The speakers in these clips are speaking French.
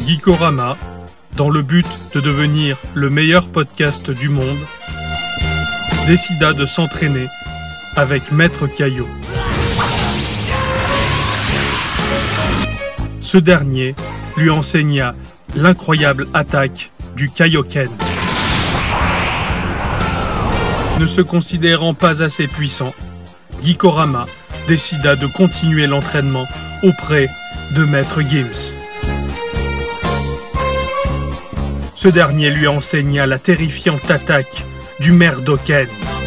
Geekorama, dans le but de devenir le meilleur podcast du monde, décida de s'entraîner avec Maître Caillot. Ce dernier lui enseigna l'incroyable attaque du Kaioken. Ne se considérant pas assez puissant, Geekorama décida de continuer l'entraînement auprès de Maître Gims. Ce dernier lui enseigna la terrifiante attaque du Merdoken.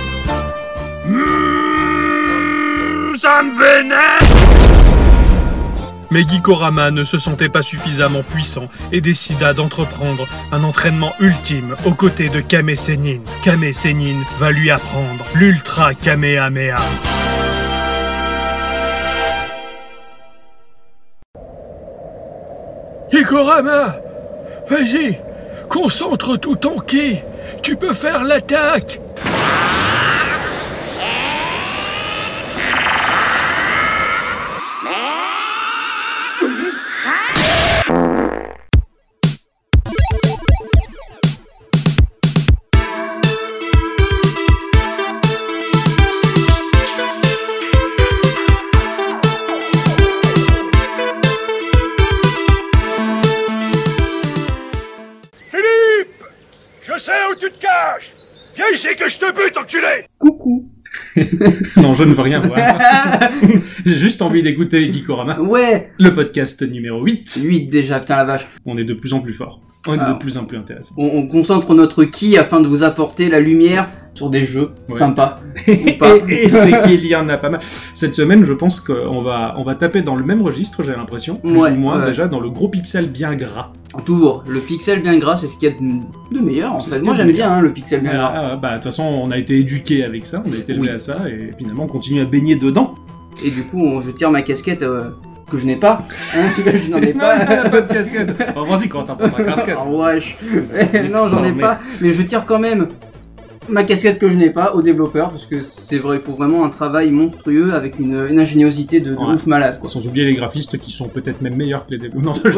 Ça me vénère! Mais Geekorama ne se sentait pas suffisamment puissant et décida d'entreprendre un entraînement ultime aux côtés de Kame Sennin. Kame Sennin va lui apprendre l'Ultra Kamehameha. Geekorama, vas-y, concentre tout ton ki, tu peux faire l'attaque. Je sais où tu te caches! Viens ici que je te bute, enculé! Coucou. Non, je ne veux rien voir. J'ai juste envie d'écouter Geekorama. Ouais. Le podcast numéro 8. 8 déjà, putain la vache. On est de plus en plus fort. On est de plus en plus intéressant. On concentre notre ki afin de vous apporter la lumière sur des jeux sympas. Et c'est qu'il y en a pas mal. Cette semaine, je pense qu'on va taper dans le même registre, j'ai l'impression. Plus ou moins, déjà, dans le gros pixel bien gras. Toujours. Le pixel bien gras, c'est ce qu'il y a de meilleur, en fait. Moi, j'aime bien le pixel bien gras. De toute façon, on a été éduqués avec ça, on a été élevés à ça, et finalement, on continue à baigner dedans. Et du coup, je tire ma casquette... que je n'ai pas, je n'en ai pas. Non, pas de casquette. Oh, vas-y, quand t'as pas ta casquette. Oh, wesh. Non, j'en ai pas, mais je tire quand même ma casquette que je n'ai pas aux développeurs, parce que c'est vrai, il faut vraiment un travail monstrueux avec une ingéniosité de ouf malade, quoi. Sans oublier les graphistes qui sont peut-être même meilleurs que les développeurs. Non, je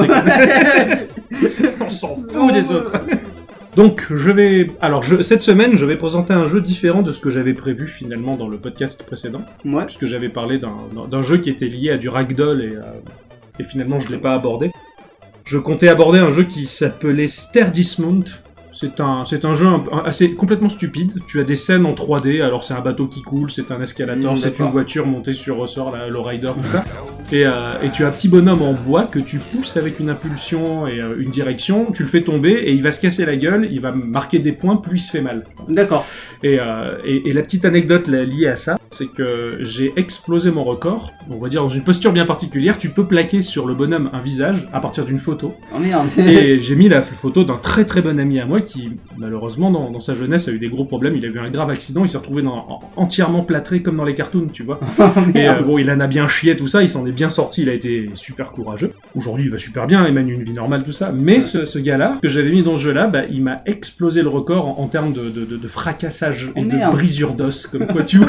déconne. On s'en fout des autres. Donc, cette semaine, je vais présenter un jeu différent de ce que j'avais prévu finalement dans le podcast précédent. Ouais. Puisque j'avais parlé d'un jeu qui était lié à du ragdoll et finalement je l'ai pas abordé. Je comptais aborder un jeu qui s'appelait Stair Dismount. C'est un jeu assez complètement stupide. Tu as des scènes en 3D, alors c'est un bateau qui coule, c'est un escalator, c'est une voiture montée sur ressort, le rider, tout ça. Et tu as un petit bonhomme en bois que tu pousses avec une impulsion et une direction, tu le fais tomber et il va se casser la gueule, il va marquer des points, plus il se fait mal. D'accord. Et la petite anecdote liée à ça, c'est que j'ai explosé mon record, on va dire dans une posture bien particulière, tu peux plaquer sur le bonhomme un visage à partir d'une photo. Oh merde. Et j'ai mis la photo d'un très très bon ami à moi qui, malheureusement, dans sa jeunesse, a eu des gros problèmes, il a eu un grave accident, il s'est retrouvé entièrement plâtré comme dans les cartoons, tu vois. Oh, et il en a bien chié, tout ça, il s'en est bien sorti, il a été super courageux. Aujourd'hui, il va super bien, il mène une vie normale, tout ça. Mais ce gars-là, que j'avais mis dans ce jeu-là, il m'a explosé le record en termes de fracassage et de brisure d'os, comme quoi, tu vois.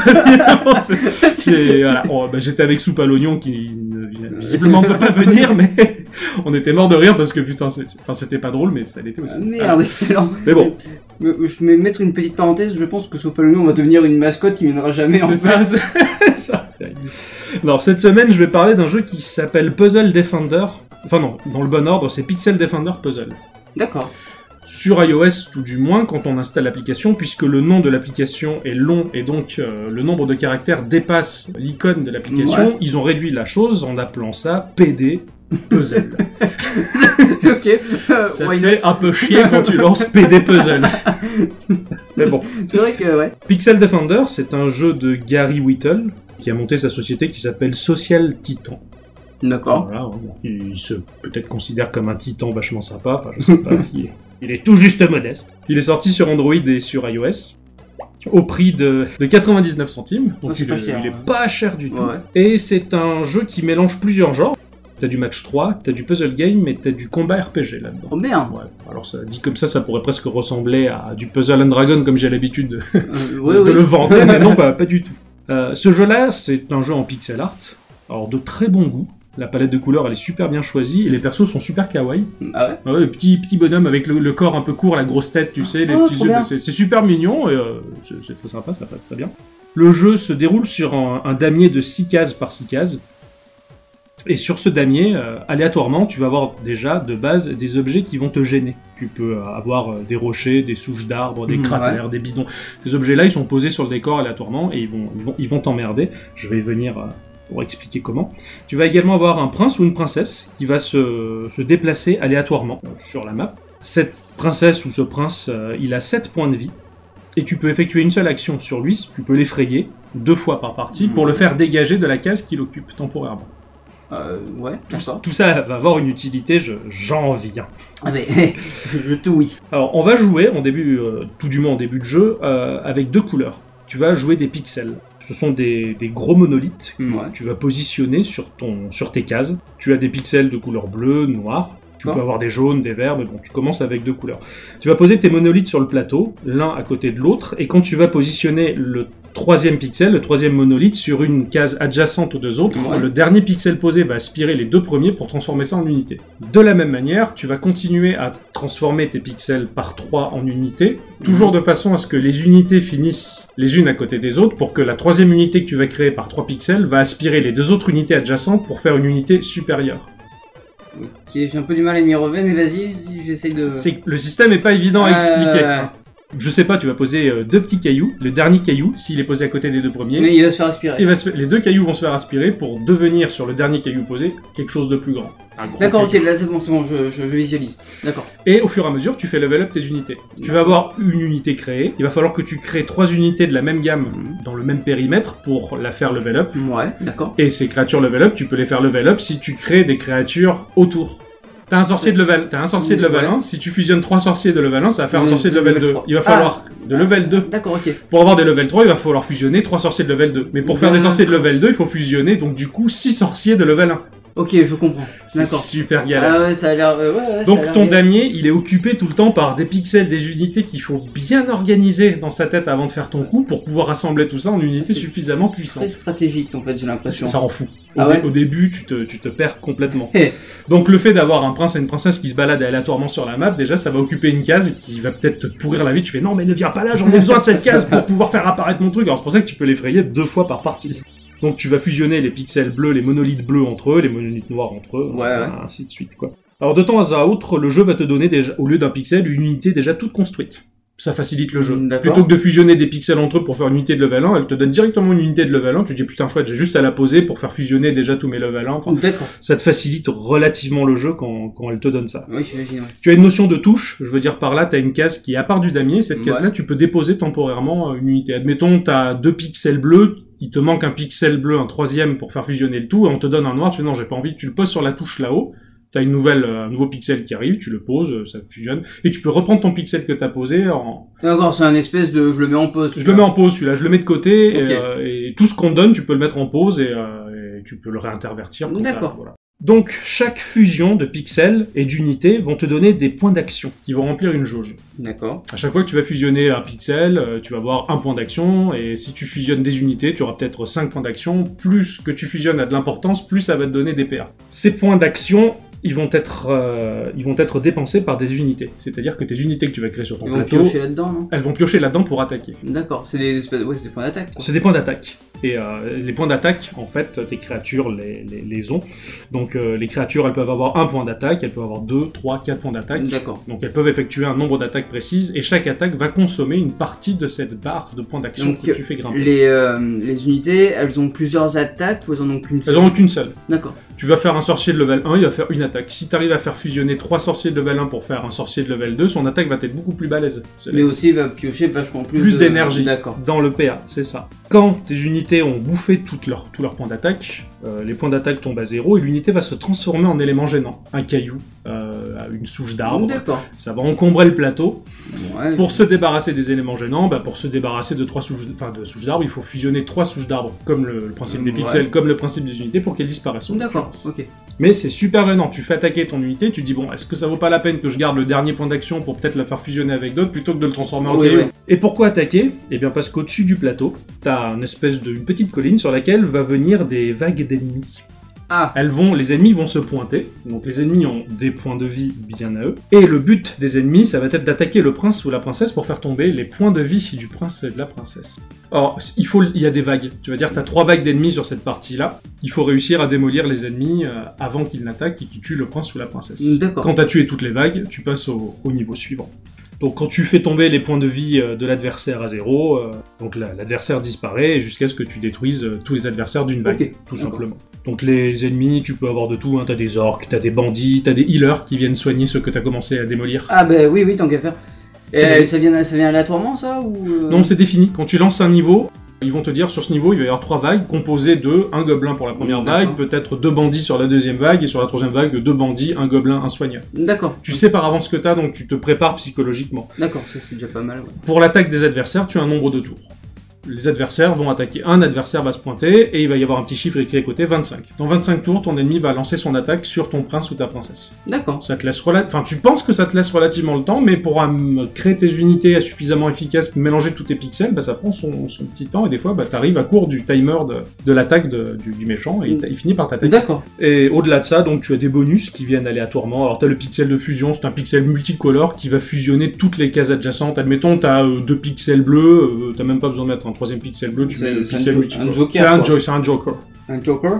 J'étais avec Soupe à l'oignon qui visiblement ne veut pas venir, mais on était mort de rire parce que putain, c'était pas drôle, mais ça l'était aussi. Merde, excellent. Mais bon. Je vais mettre une petite parenthèse, je pense que Soupe à l'oignon va devenir une mascotte qui viendra jamais en fait. C'est ça. Alors cette semaine, je vais parler d'un jeu qui s'appelle Puzzle Defender. Enfin non, dans le bon ordre, c'est Pixel Defender Puzzle. D'accord. Sur iOS, tout du moins, quand on installe l'application, puisque le nom de l'application est long et donc le nombre de caractères dépasse l'icône de l'application, ils ont réduit la chose en appelant ça PD Puzzle. Ok. Ça fait un peu chier quand tu lances PD Puzzle. Mais bon. C'est vrai que, ouais. Pixel Defender, c'est un jeu de Gary Whittle, qui a monté sa société qui s'appelle Social Titan. D'accord. Voilà, il se peut-être considère comme un titan vachement sympa, enfin je sais pas, il est tout juste modeste. Il est sorti sur Android et sur iOS, au prix de 99 centimes, donc il est pas cher du tout. Ouais. Et c'est un jeu qui mélange plusieurs genres. T'as du match 3, t'as du puzzle game et t'as du combat RPG là-dedans. Oh merde. Ouais. Alors ça dit comme ça pourrait presque ressembler à du Puzzle and Dragon comme j'ai l'habitude de le vanter, mais non, pas du tout. Ce jeu-là, c'est un jeu en pixel art, alors de très bon goût. La palette de couleurs, elle est super bien choisie, et les persos sont super kawaii. Ah ouais? Ouais, le petit bonhomme avec le corps un peu court, la grosse tête, tu sais, les petits yeux, c'est super mignon, et c'est très sympa, ça passe très bien. Le jeu se déroule sur un damier de 6 cases par 6 cases. Et sur ce damier, aléatoirement, tu vas avoir déjà, de base, des objets qui vont te gêner. Tu peux avoir des rochers, des souches d'arbres, des cratères, des bidons. Ces objets-là, ils sont posés sur le décor aléatoirement et ils vont t'emmerder. Je vais y venir pour expliquer comment. Tu vas également avoir un prince ou une princesse qui va se déplacer aléatoirement sur la map. Cette princesse ou ce prince, il a 7 points de vie. Et tu peux effectuer une seule action sur lui, tu peux l'effrayer 2 fois par partie pour le faire dégager de la case qu'il occupe temporairement. Ouais, d'accord. Tout ça va avoir une utilité, j'en viens. Ah mais, je te oui. Alors, on va jouer, tout du moins en début de jeu, avec 2 couleurs. Tu vas jouer des pixels. Ce sont des gros monolithes que tu vas positionner sur tes cases. Tu as des pixels de couleur bleue, noire. Tu peux avoir des jaunes, des verts, mais bon, tu commences avec 2 couleurs. Tu vas poser tes monolithes sur le plateau, l'un à côté de l'autre, et quand tu vas positionner le 3e pixel, le 3e monolithe, sur une case adjacente aux 2 autres, le dernier pixel posé va aspirer les 2 premiers pour transformer ça en unité. De la même manière, tu vas continuer à transformer tes pixels par 3 en unités, toujours de façon à ce que les unités finissent les unes à côté des autres, pour que la 3e unité que tu vas créer par 3 pixels va aspirer les 2 autres unités adjacentes pour faire une unité supérieure. Ok, j'ai un peu du mal à m'y relever, mais vas-y, j'essaye de... Le système est pas évident à expliquer. Je sais pas, tu vas poser 2 petits cailloux. Le dernier caillou, s'il est posé à côté des 2 premiers... Mais il va se faire aspirer. Les 2 cailloux vont se faire aspirer pour devenir, sur le dernier caillou posé, quelque chose de plus grand. D'accord, ok, là c'est bon, je visualise. D'accord. Et au fur et à mesure, tu fais level up tes unités. Tu vas avoir une unité créée. Il va falloir que tu crées 3 unités de la même gamme, dans le même périmètre, pour la faire level up. Ouais, d'accord. Et ces créatures level up, tu peux les faire level up si tu crées des créatures autour. T'as un sorcier de level 1, si tu fusionnes 3 sorciers de level 1, ça va faire un sorcier de level 2. Il va falloir de level 2. D'accord, ok. Pour avoir des level 3, il va falloir fusionner 3 sorciers de level 2. Mais pour faire des sorciers de level 2, il faut fusionner, donc du coup, 6 sorciers de level 1. Ok, je comprends. C'est super galère. Ah ouais, ça a l'air... Donc ton damier, il est occupé tout le temps par des pixels, des unités qu'il faut bien organiser dans sa tête avant de faire ton coup pour pouvoir assembler tout ça en unités suffisamment puissantes. C'est très stratégique en fait, j'ai l'impression. Ça rend fou. Au début, tu te perds complètement. Donc le fait d'avoir un prince et une princesse qui se baladent aléatoirement sur la map, déjà ça va occuper une case qui va peut-être te pourrir la vie. Tu fais non mais ne viens pas là, j'en ai besoin de cette case pour pouvoir faire apparaître mon truc. Alors c'est pour ça que tu peux l'effrayer 2 fois par partie. Donc tu vas fusionner les pixels bleus, les monolithes bleus entre eux, les monolithes noirs entre eux, ainsi de suite quoi. Alors de temps à autre, le jeu va te donner déjà, au lieu d'un pixel, une unité déjà toute construite. Ça facilite le jeu. Plutôt que de fusionner des pixels entre eux pour faire une unité de level 1, elle te donne directement une unité de level 1, tu te dis putain chouette, j'ai juste à la poser pour faire fusionner déjà tous mes level 1. Enfin, ça te facilite relativement le jeu quand elle te donne ça. Oui, j'imagine, ouais. Tu as une notion de touche, je veux dire par là, t'as une case qui est à part du damier, cette case-là, tu peux déposer temporairement une unité. Admettons, t'as 2 pixels bleus, il te manque un pixel bleu, un 3e pour faire fusionner le tout, et on te donne un noir, tu fais non, j'ai pas envie, tu le poses sur la touche là-haut, t'as un nouveau pixel qui arrive, tu le poses, ça fusionne, et tu peux reprendre ton pixel que t'as posé en... D'accord, c'est un espèce de... je le mets en pause. Je le mets en pause, celui-là, je le mets de côté, et tout ce qu'on te donne, tu peux le mettre en pause, et tu peux le réintervertir. D'accord. Voilà. Donc, chaque fusion de pixels et d'unités vont te donner des points d'action qui vont remplir une jauge. D'accord. À chaque fois que tu vas fusionner un pixel, tu vas avoir un point d'action, et si tu fusionnes des unités, tu auras peut-être 5 points d'action. Plus que tu fusionnes a de l'importance, plus ça va te donner des PA. Ces points d'action, ils vont être dépensés par des unités. C'est-à-dire que tes unités que tu vas créer sur ton plateau... Elles vont piocher là-dedans, non ? Elles vont piocher là-dedans pour attaquer. D'accord, c'est des points d'attaque. C'est des points d'attaque. Et les points d'attaque, en fait, tes créatures les ont. Donc les créatures, elles peuvent avoir un point d'attaque, elles peuvent avoir 2, 3, 4 points d'attaque. D'accord. Donc elles peuvent effectuer un nombre d'attaques précises, et chaque attaque va consommer une partie de cette barre de points d'action donc, que tu fais grimper. Les unités, elles ont plusieurs attaques, ou elles en ont qu'une seule ? Elles en ont qu'une seule. D'accord. Tu vas faire un sorcier de level 1, il va faire une attaque. Si tu arrives à faire fusionner 3 sorciers de level 1 pour faire un sorcier de level 2, son attaque va être beaucoup plus balèze. Mais aussi, il va piocher vachement plus d'énergie dans le PA, c'est ça. Quand tes unités ont bouffé tous leurs points d'attaque, les points d'attaque tombent à 0, et l'unité va se transformer en élément gênant. Un caillou, une souche d'arbre. D'accord. Ça va encombrer le plateau. Ouais. Pour se débarrasser des éléments gênants, pour se débarrasser de 3 souches d'arbres, il faut fusionner 3 souches d'arbres, comme le principe des pixels, comme le principe des unités, pour qu'elles disparaissent. D'accord, ok. Mais c'est super gênant, tu fais attaquer ton unité, tu te dis bon, est-ce que ça vaut pas la peine que je garde le dernier point d'action pour peut-être la faire fusionner avec d'autres, plutôt que de le transformer en caillou. Et pourquoi attaquer ? Eh bien parce qu'au-dessus du plateau, t'as une petite colline sur laquelle va venir des vagues d'ennemis. Les ennemis vont se pointer, donc les ennemis ont des points de vie bien à eux, et le but des ennemis, ça va être d'attaquer le prince ou la princesse pour faire tomber les points de vie du prince et de la princesse. Or, il y a des vagues, tu vas dire que tu as 3 vagues d'ennemis sur cette partie-là, il faut réussir à démolir les ennemis avant qu'ils n'attaquent et qu'ils tuent le prince ou la princesse. D'accord. Quand tu as tué toutes les vagues, tu passes au niveau suivant. Donc quand tu fais tomber les points de vie de l'adversaire à 0, donc l'adversaire disparaît jusqu'à ce que tu détruises tous les adversaires d'une vague, tout simplement. Donc les ennemis, tu peux avoir de tout, hein. T'as des orques, t'as des bandits, t'as des healers qui viennent soigner ceux que t'as commencé à démolir. Ah bah oui, tant qu'à faire. Ça vient aléatoirement ça ou Non, c'est défini. Quand tu lances un niveau, ils vont te dire sur ce niveau, il va y avoir 3 vagues composées de un gobelin pour la première vague, peut-être 2 bandits sur la deuxième vague, et sur la troisième vague, 2 bandits, un gobelin, un soigneur. D'accord. Tu sais par avance ce que t'as, donc tu te prépares psychologiquement. D'accord, ça c'est déjà pas mal. Ouais. Pour l'attaque des adversaires, tu as un nombre de tours. Les adversaires vont attaquer, un adversaire va se pointer, et il va y avoir un petit chiffre écrit à côté, 25. Dans 25 tours, ton ennemi va lancer son attaque sur ton prince ou ta princesse. D'accord. Ça te laisse tu penses que ça te laisse relativement le temps, mais pour créer tes unités suffisamment efficaces, mélanger tous tes pixels, ça prend son petit temps, et des fois, t'arrives à court du timer de l'attaque du méchant, et il finit par t'attaquer. D'accord. Et au-delà de ça, donc tu as des bonus qui viennent aléatoirement. Alors t'as le pixel de fusion, c'est un pixel multicolore qui va fusionner toutes les cases adjacentes. Admettons, t'as 2 pixels bleus, t'as même pas besoin de mettre un 3e pixel bleu, tu mets le pixel multicolore. C'est un joker. Un joker.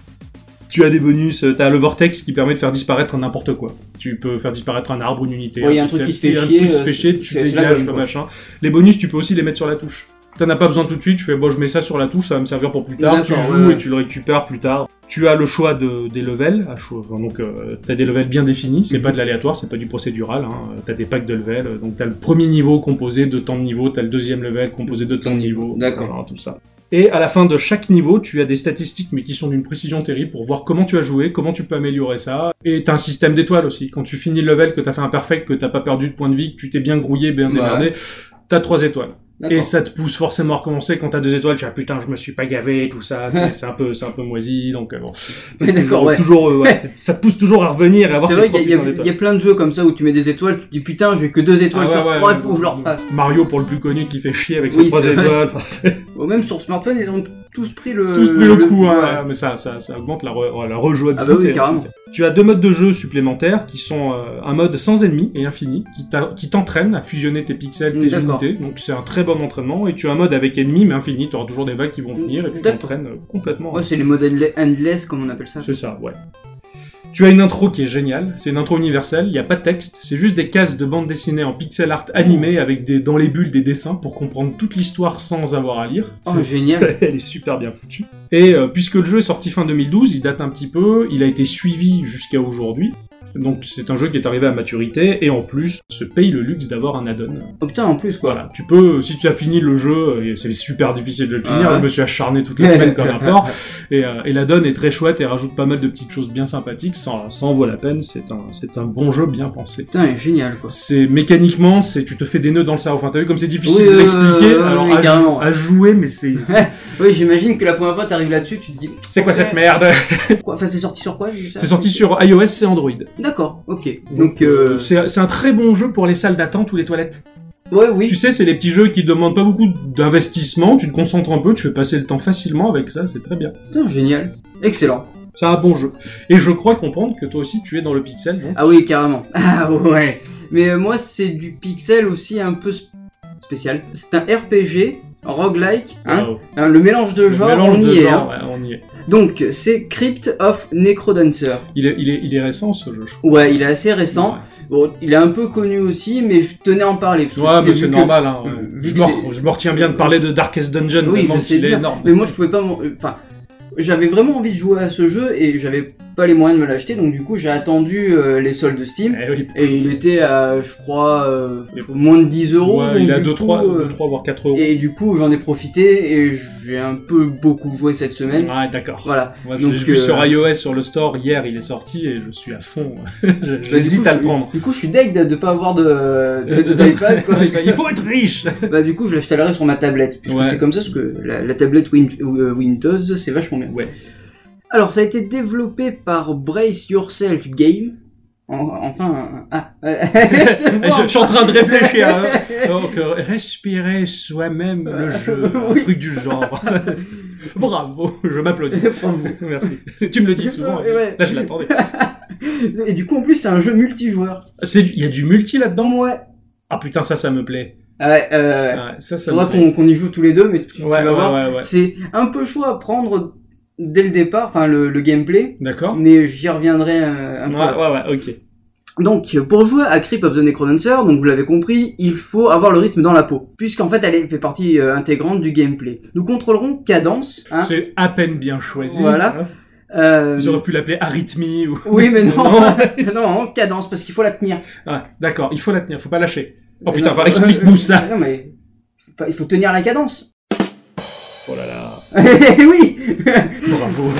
Tu as des bonus, t'as le vortex qui permet de faire disparaître n'importe quoi. Tu peux faire disparaître un arbre, une unité, il y a un truc qui se fait chier, tu dégages le machin. Les bonus, tu peux aussi les mettre sur la touche. T'en as pas besoin tout de suite, tu fais je mets ça sur la touche, ça va me servir pour plus tard, tu joues et tu le récupères plus tard. Tu as le choix des levels, donc t'as des levels bien définis, c'est pas de l'aléatoire, c'est pas du procédural, t'as des packs de levels, donc t'as le premier niveau composé de tant de niveaux, t'as le deuxième level composé de tant de niveaux, d'accord. Tout ça. Et à la fin de chaque niveau, tu as des statistiques, mais qui sont d'une précision terrible pour voir comment tu as joué, comment tu peux améliorer ça. Et t'as un système d'étoiles aussi. Quand tu finis le level, que t'as fait un perfect, que t'as pas perdu de points de vie, que tu t'es bien grouillé, bien démerdé, t'as 3 étoiles. D'accord. Et ça te pousse forcément à recommencer. Quand t'as 2 étoiles, tu vas putain, je me suis pas gavé, tout ça, c'est un peu moisi, donc bon. Mais d'accord, ouais. Toujours, ça te pousse toujours à revenir et à avoir. C'est vrai qu'il y a plein de jeux comme ça où tu mets des étoiles, tu te dis putain, j'ai que 2 étoiles sur 3, il faut que je le refasse. Mario pour le plus connu qui fait chier avec ses 3 étoiles. Même sur smartphone, ils ont tous pris le coup, hein, mais ça augmente la rejouabilité. Ah bah oui, carrément. Tu as 2 modes de jeu supplémentaires qui sont un mode sans ennemis et infini qui t'entraîne à fusionner tes pixels, tes unités. Donc c'est un très bon entraînement. Et tu as un mode avec ennemis mais infini. Tu auras toujours des vagues qui vont venir et tu t'entraînes complètement. Ouais, c'est les modes endless comme on appelle ça. C'est ça, ouais. Tu as une intro qui est géniale, c'est une intro universelle, il n'y a pas de texte, c'est juste des cases de bande dessinée en pixel art animé avec dans les bulles des dessins pour comprendre toute l'histoire sans avoir à lire. Oh, génial. Elle est super bien foutue. Et puisque le jeu est sorti fin 2012, il date un petit peu, il a été suivi jusqu'à aujourd'hui. Donc c'est un jeu qui est arrivé à maturité et en plus se paye le luxe d'avoir un add-on. Oh putain, en plus quoi. Voilà, tu peux, si tu as fini le jeu, et c'est super difficile de le finir, je me suis acharné toutes les semaines comme un porc, et l'add-on est très chouette et rajoute pas mal de petites choses bien sympathiques, ça en vaut la peine, c'est un bon jeu bien pensé. Putain, génial quoi. Mécaniquement, tu te fais des nœuds dans le cerveau, enfin t'as vu comme c'est difficile de l'expliquer, alors à jouer, mais c'est... Oui, j'imagine que la première fois t'arrives là-dessus, tu te dis... C'est quoi cette merde? Enfin, c'est sorti sur quoi? C'est sorti sur iOS et Android. D'accord, ok. Donc c'est un très bon jeu pour les salles d'attente ou les toilettes. Ouais, oui. Tu sais, c'est les petits jeux qui demandent pas beaucoup d'investissement, tu te concentres un peu, tu fais passer le temps facilement avec ça, c'est très bien. Putain, génial. Excellent. C'est un bon jeu. Et je crois comprendre que toi aussi tu es dans le pixel, non? Ah oui, carrément. Ah ouais. Mais moi c'est du pixel aussi un peu spécial. C'est un RPG roguelike, le mélange de genres, on y est. On y est. Donc, c'est Crypt of Necrodancer. Il est récent ce jeu, je crois. Ouais, il est assez récent. Ouais. Bon, il est un peu connu aussi, mais je tenais à en parler. Parce que mais c'est normal. Hein. Je me retiens bien de parler de Darkest Dungeon. Oui, je sais bien. Énorme. Mais moi, je pouvais pas... Enfin, j'avais vraiment envie de jouer à ce jeu et j'avais pas les moyens de me l'acheter, donc du coup j'ai attendu les soldes Steam et il était à je crois moins de 10 euros. Ouais, il a 2-3 voire 4 euros. Et du coup j'en ai profité et j'ai un peu beaucoup joué cette semaine. Ah d'accord. Voilà. Ouais, donc, je l'ai vu sur iOS sur le store hier, il est sorti et je suis à fond. J'hésite à le prendre. Du coup je suis deg de pas avoir d'iPad quoi. Il faut être riche. Bah du coup je l'installerai sur ma tablette puisque c'est comme ça parce que la tablette Windows c'est vachement bien. Ouais. Alors, ça a été développé par Brace Yourself Game. Enfin... Je suis en train de réfléchir. Donc, respirer soi-même le jeu, un truc du genre. Bravo, je m'applaudis. Bravo. Merci. Tu me le dis souvent. Ouais. Là, je l'attendais. Et du coup, en plus, c'est un jeu multijoueur. Il y a du multi là-dedans? Ouais. Ah putain, ça me plaît. Ouais, Ça faudra me plaît. qu'on y joue tous les deux, mais tu vas voir. Ouais. C'est un peu chaud à prendre dès le départ, enfin le gameplay, D'accord. mais j'y reviendrai un peu. Ouais, ok. Donc, pour jouer à Crypt of the Necrodancer, donc vous l'avez compris, il faut avoir le rythme dans la peau, puisqu'en fait, elle fait partie intégrante du gameplay. Nous contrôlerons cadence. Hein. C'est à peine bien choisi. Voilà. Ils auraient pu l'appeler arythmie ou... Oui, mais non, non, cadence, parce qu'il faut la tenir. Ah, d'accord, il faut la tenir, faut pas lâcher. Oh putain, Non, explique-nous ça. Non, mais il faut tenir la cadence. Oh là là. Oui. Bravo.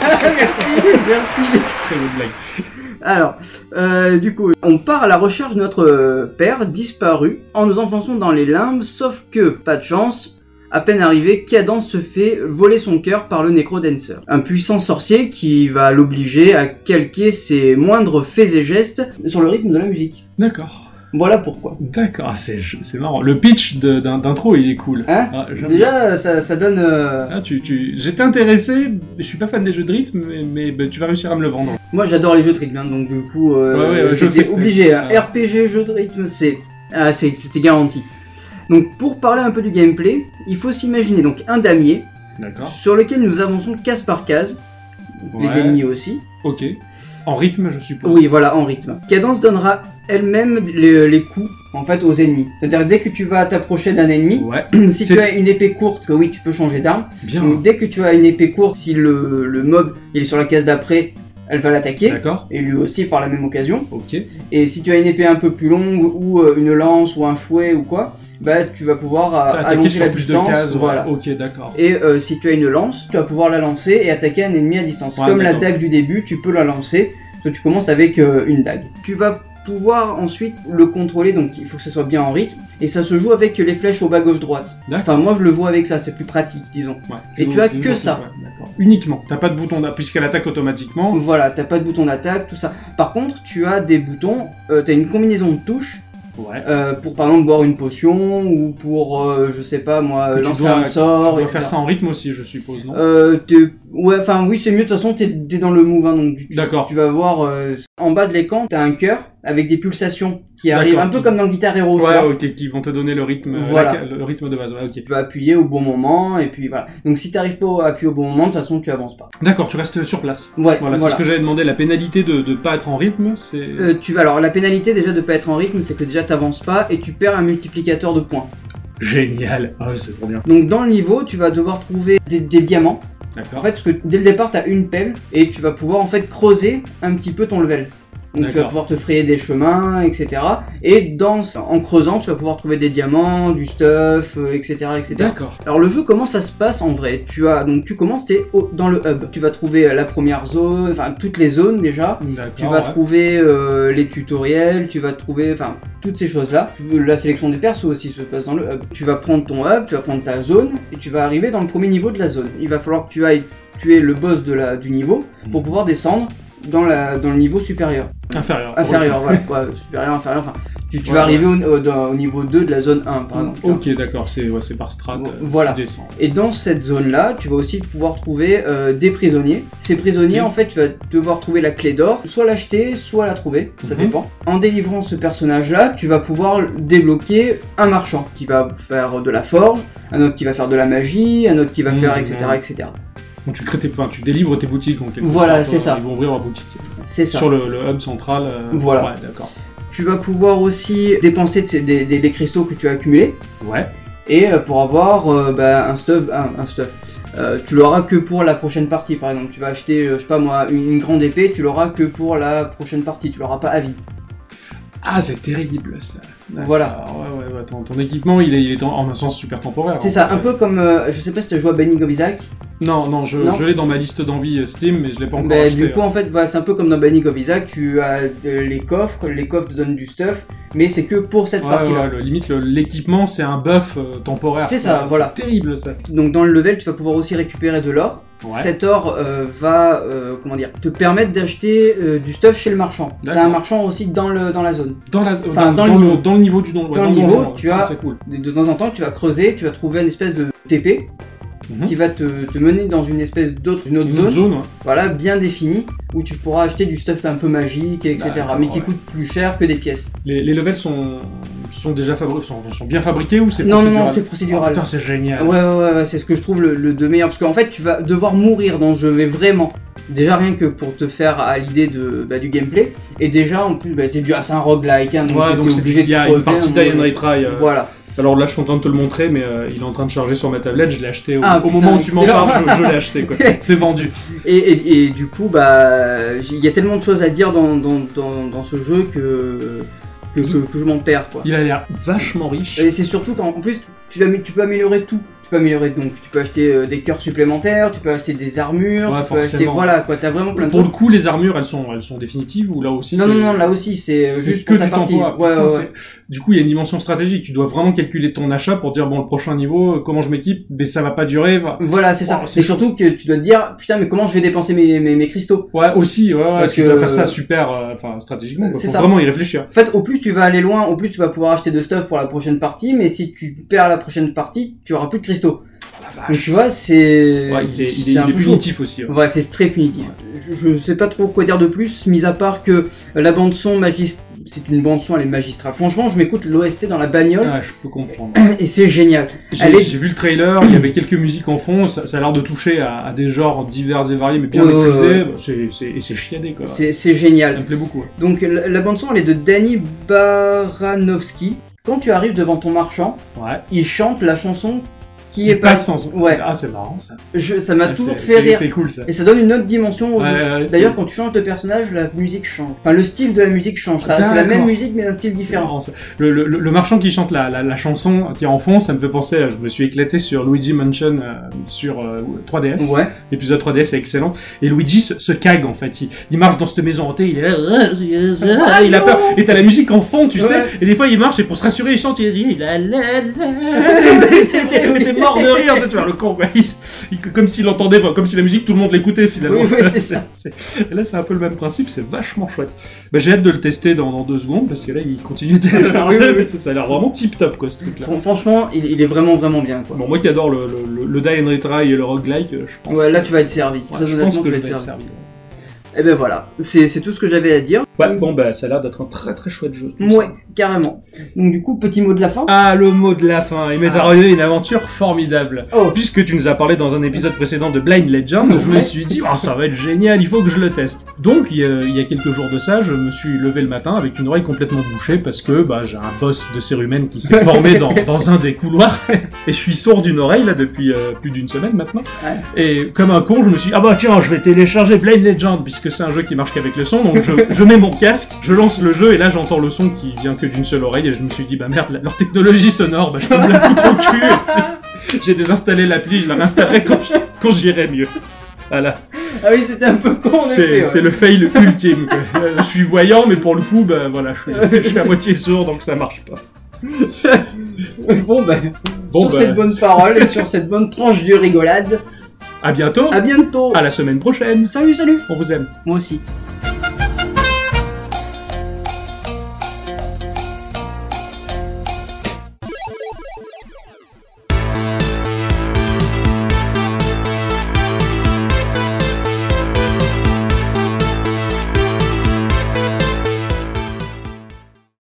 Merci. Très bonne blague. Alors, du coup, on part à la recherche de notre père disparu en nous enfonçant dans les limbes, sauf que, pas de chance, à peine arrivé, Cadence se fait voler son cœur par le Necrodancer. Un puissant sorcier qui va l'obliger à calquer ses moindres faits et gestes sur le rythme de la musique. D'accord. Voilà pourquoi. D'accord, c'est marrant. Le pitch d'intro, il est cool. Hein j'aime bien. Déjà, ça donne... Ah, j'étais intéressé, je suis pas fan des jeux de rythme, mais tu vas réussir à me le vendre. Moi, j'adore les jeux de rythme, hein, donc du coup, je sais c'était que- obligé. Hein. RPG, jeu de rythme, c'était garanti. Donc, pour parler un peu du gameplay, il faut s'imaginer donc un damier D'accord. sur lequel nous avançons case par case, les Ouais. ennemis aussi. Ok. En rythme, je suppose. Oui, voilà, en rythme. Cadence donnera elle-même les coups, en fait, aux ennemis. C'est-à-dire, dès que tu vas t'approcher d'un ennemi, Ouais. si C'est- tu as une épée courte, que oui, tu peux changer d'arme. Bien. Donc, dès que tu as une épée courte, si le mob il est sur la case d'après, elle va l'attaquer. D'accord. Et lui aussi par la même occasion. Ok. Et si tu as une épée un peu plus longue, ou une lance, ou un fouet, ou quoi, bah tu vas pouvoir T'as attaqué allonger sur la plus distance. de cases. Voilà. Ok, d'accord. Et si tu as une lance, tu vas pouvoir la lancer et attaquer un ennemi à distance. Ouais, Comme d'accord. l'attaque du début, tu peux la lancer, parce que tu commences avec une dague. Tu vas pouvoir ensuite le contrôler, donc il faut que ce soit bien en rythme, et ça se joue avec les flèches au bas gauche droite. D'accord. Enfin moi je le joue avec ça, c'est plus pratique disons. Ouais. Et tu as que ça. Ouais, d'accord. Uniquement. T'as pas de bouton puisqu'elle attaque automatiquement. Voilà, t'as pas de bouton d'attaque, tout ça. Par contre, tu as des boutons, t'as une combinaison de touches Ouais. pour par exemple boire une potion ou pour je sais pas moi Que tu lancer dois- un sort. Tu dois etc. faire ça en rythme aussi, je suppose, non? Ouais, enfin oui c'est mieux, de toute façon t'es dans le move, hein, donc D'accord. tu vas voir en bas de l'écran t'as un cœur avec des pulsations qui arrivent D'accord, un peu qui- comme dans Guitar Hero. tu Ouais, vois. ok, qui vont te donner le rythme, Voilà. le rythme de base. Ouais, ok. Tu vas appuyer au bon moment et puis voilà. Donc si t'arrives pas à appuyer au bon moment, de toute façon tu avances pas. D'accord, tu restes sur place. Ouais, Voilà, c'est ce que j'avais demandé. La pénalité de pas être en rythme, c'est. Alors la pénalité déjà de pas être en rythme, c'est que déjà t'avances pas et tu perds un multiplicateur de points. Génial. Ah, c'est trop bien. Donc dans le niveau, tu vas devoir trouver des diamants. D'accord. En fait, parce que dès le départ, t'as une pelle et tu vas pouvoir en fait creuser un petit peu ton level. Donc tu vas D'accord. pouvoir te frayer des chemins, etc. Et en creusant, tu vas pouvoir trouver des diamants, du stuff, etc., etc. D'accord. Alors le jeu, comment ça se passe en vrai? Tu commences, dans le hub. Tu vas trouver la première zone, enfin toutes les zones déjà. D'accord. Tu vas ouais. trouver les tutoriels, tu vas trouver, enfin, toutes ces choses-là. La sélection des persos aussi se passe dans le hub. Tu vas prendre ton hub, tu vas prendre ta zone, et tu vas arriver dans le premier niveau de la zone. Il va falloir que tu ailles tuer le boss du niveau pour pouvoir descendre dans le niveau supérieur. Inférieur. Inférieur, voilà. Ouais, supérieur, inférieur, enfin. Tu Ouais, vas arriver au niveau 2 de la zone 1, par exemple. tu vois. Ok, d'accord, c'est par strat. Voilà. Tu descends. Et dans cette zone-là, tu vas aussi pouvoir trouver des prisonniers. Ces prisonniers, Ok. en fait, tu vas devoir trouver la clé d'or, soit l'acheter, soit la trouver, ça Mhm. dépend. En délivrant ce personnage-là, tu vas pouvoir débloquer un marchand qui va faire de la forge, un autre qui va faire de la magie, un autre qui va faire, etc., etc. Donc tu délivres tes boutiques en quelque sorte. Voilà, c'est ça. Ils vont ouvrir leur boutique. C'est ça. Sur le hub central. Voilà. Ouais, d'accord. Tu vas pouvoir aussi dépenser des cristaux que tu as accumulés, Ouais. et pour avoir un stuff. Tu l'auras que pour la prochaine partie, par exemple. Tu vas acheter, je sais pas moi, une grande épée, tu l'auras que pour la prochaine partie, tu l'auras pas à vie. Ah, c'est terrible ça. D'accord. Voilà. Ouais. Ton équipement, il est en un sens super temporaire. C'est en ça, fait. un peu comme, je sais pas si tu as joué à Binding of Isaac. Non, je l'ai dans ma liste d'envie Steam, mais je l'ai pas encore acheté. Du coup, en fait, c'est un peu comme dans Binding of Isaac, tu as les coffres te donnent du stuff, mais c'est que pour cette partie-là. Limite, l'équipement, c'est un buff temporaire. C'est ça, voilà. C'est terrible ça. Donc dans le level, tu vas pouvoir aussi récupérer de l'or. Ouais. Cet or va te permettre d'acheter du stuff chez le marchand. T'as D'accord. un marchand aussi dans la zone. Dans dans le niveau. Dans le niveau du don. Dans le niveau, donjon, tu ouais. as- C'est cool. De temps en temps, tu vas creuser, tu vas trouver une espèce de TP qui va te mener dans une espèce une autre zone, ouais. voilà, bien définie, où tu pourras acheter du stuff un peu magique, etc. mais qui coûte plus cher que des pièces. Les levels sont déjà sont bien fabriqués ou c'est Non, procédural? non, c'est procédural. Oh, putain, c'est génial. Ouais, c'est ce que je trouve le de meilleur, parce qu'en fait, tu vas devoir mourir dans ce jeu, mais vraiment. Déjà rien que pour te faire à l'idée du gameplay, et déjà en plus c'est un roguelike, hein, donc ouais, donc t'es obligé il y a une partie Die and Retry. Voilà. Alors là je suis en train de te le montrer, mais il est en train de charger sur ma tablette, je l'ai acheté au putain, moment où tu m'en excellent. parles, je l'ai acheté quoi. C'est vendu. Et du coup il y a tellement de choses à dire dans ce jeu que je m'en perds quoi. Il a l'air vachement riche. Et c'est surtout qu'en plus tu peux améliorer tout. Tu peux améliorer, donc tu peux acheter des cœurs supplémentaires, tu peux acheter des armures, ouais, tu peux acheter, voilà quoi, t'as vraiment plein de choses. Pour trucs. le coup, les armures, elles sont définitives ou là aussi Non, là aussi c'est juste que pour ta du partie. tempo. Ouais. Du coup, il y a une dimension stratégique. Tu dois vraiment calculer ton achat pour dire bon, le prochain niveau, comment je m'équipe, mais ça va pas durer. Voilà, c'est ça. C'est surtout que tu dois te dire putain, mais comment je vais dépenser mes cristaux. Ouais, aussi, parce que tu dois faire ça super, stratégiquement. C'est faut ça. Vraiment y réfléchir. En fait, au plus tu vas aller loin, au plus tu vas pouvoir acheter de stuff pour la prochaine partie, mais si tu perds la prochaine partie, tu auras plus de cristaux. Donc tu vois, c'est il est punitif aussi. Ouais, c'est très punitif. Je sais pas trop quoi dire de plus, mis à part que la bande son c'est une bande son, elle est magistrale. Franchement, je m'écoute l'OST dans la bagnole. Ah, je peux comprendre. Et c'est génial. J'ai vu le trailer, il y avait quelques musiques en fond, ça a l'air de toucher à des genres divers et variés, mais bien maîtrisés. Et c'est chiadé quoi. C'est génial. Ça me plaît beaucoup. Ouais. Donc la bande son, elle est de Danny Baranovsky. Quand tu arrives devant ton marchand, il chante la chanson qui est passe sans... Ouais. Ah, c'est marrant ça. Ça m'a toujours fait rire. C'est cool ça. Et ça donne une autre dimension au jeu. Ouais, d'ailleurs, quand tu changes de personnage, la musique change. Enfin, le style de la musique change. C'est la même musique, mais un style différent. Le marchand qui chante la chanson qui est en fond, ça me fait penser je me suis éclaté sur Luigi Mansion sur 3DS. Ouais. L'épisode 3DS est excellent. Et Luigi se cague en fait. Il marche dans cette maison hantée, il est là, il a peur. Et t'as la musique en fond, tu sais. Et des fois, il marche et pour se rassurer, il chante, il dit C'était mort de rire, tu vois, le con, quoi. Comme s'il entendait, comme si la musique, tout le monde l'écoutait finalement. Oui, c'est ça. Et là, c'est un peu le même principe, c'est vachement chouette. J'ai hâte de le tester dans 2 secondes, parce que là, il continue de télécharger. Ça a l'air vraiment tip top, quoi, ce truc-là. Franchement, il est vraiment, vraiment bien, quoi. Bon, moi qui adore le Die and Retry et le roguelike, je pense. Ouais, là, tu vas être servi. Ouais, je pense que je vais être servi. Et ben voilà, c'est tout ce que j'avais à dire. Ouais, bon ça a l'air d'être un très très chouette jeu. Ouais, carrément. Donc du coup, petit mot de la fin. Ah, le mot de la fin. Il m'est arrivé une aventure formidable. Puisque tu nous as parlé dans un épisode précédent de Blind Legend, je me suis dit, ça va être génial, il faut que je le teste. Donc, il y a quelques jours de ça, je me suis levé le matin avec une oreille complètement bouchée parce que j'ai un boss de cérumen qui s'est formé dans un des couloirs et je suis sourd d'une oreille là depuis plus d'une semaine maintenant. Ouais. Et comme un con, je me suis dit, tiens, je vais télécharger Blind Legend puisque c'est un jeu qui marche qu'avec le son, donc je mets mon casque, je lance le jeu et là j'entends le son qui vient que d'une seule oreille et je me suis dit merde, leur technologie sonore, je peux me la foutre au cul. J'ai désinstallé l'appli, je la réinstallerai quand j'irai mieux. Voilà. Ah oui, c'était un peu con en effet. C'est le fail ultime. Je suis voyant, mais pour le coup, je suis à moitié sourd, donc ça marche pas. Sur cette bonne parole et sur cette bonne tranche de rigolade. À bientôt. À bientôt. À la semaine prochaine. Salut. On vous aime. Moi aussi.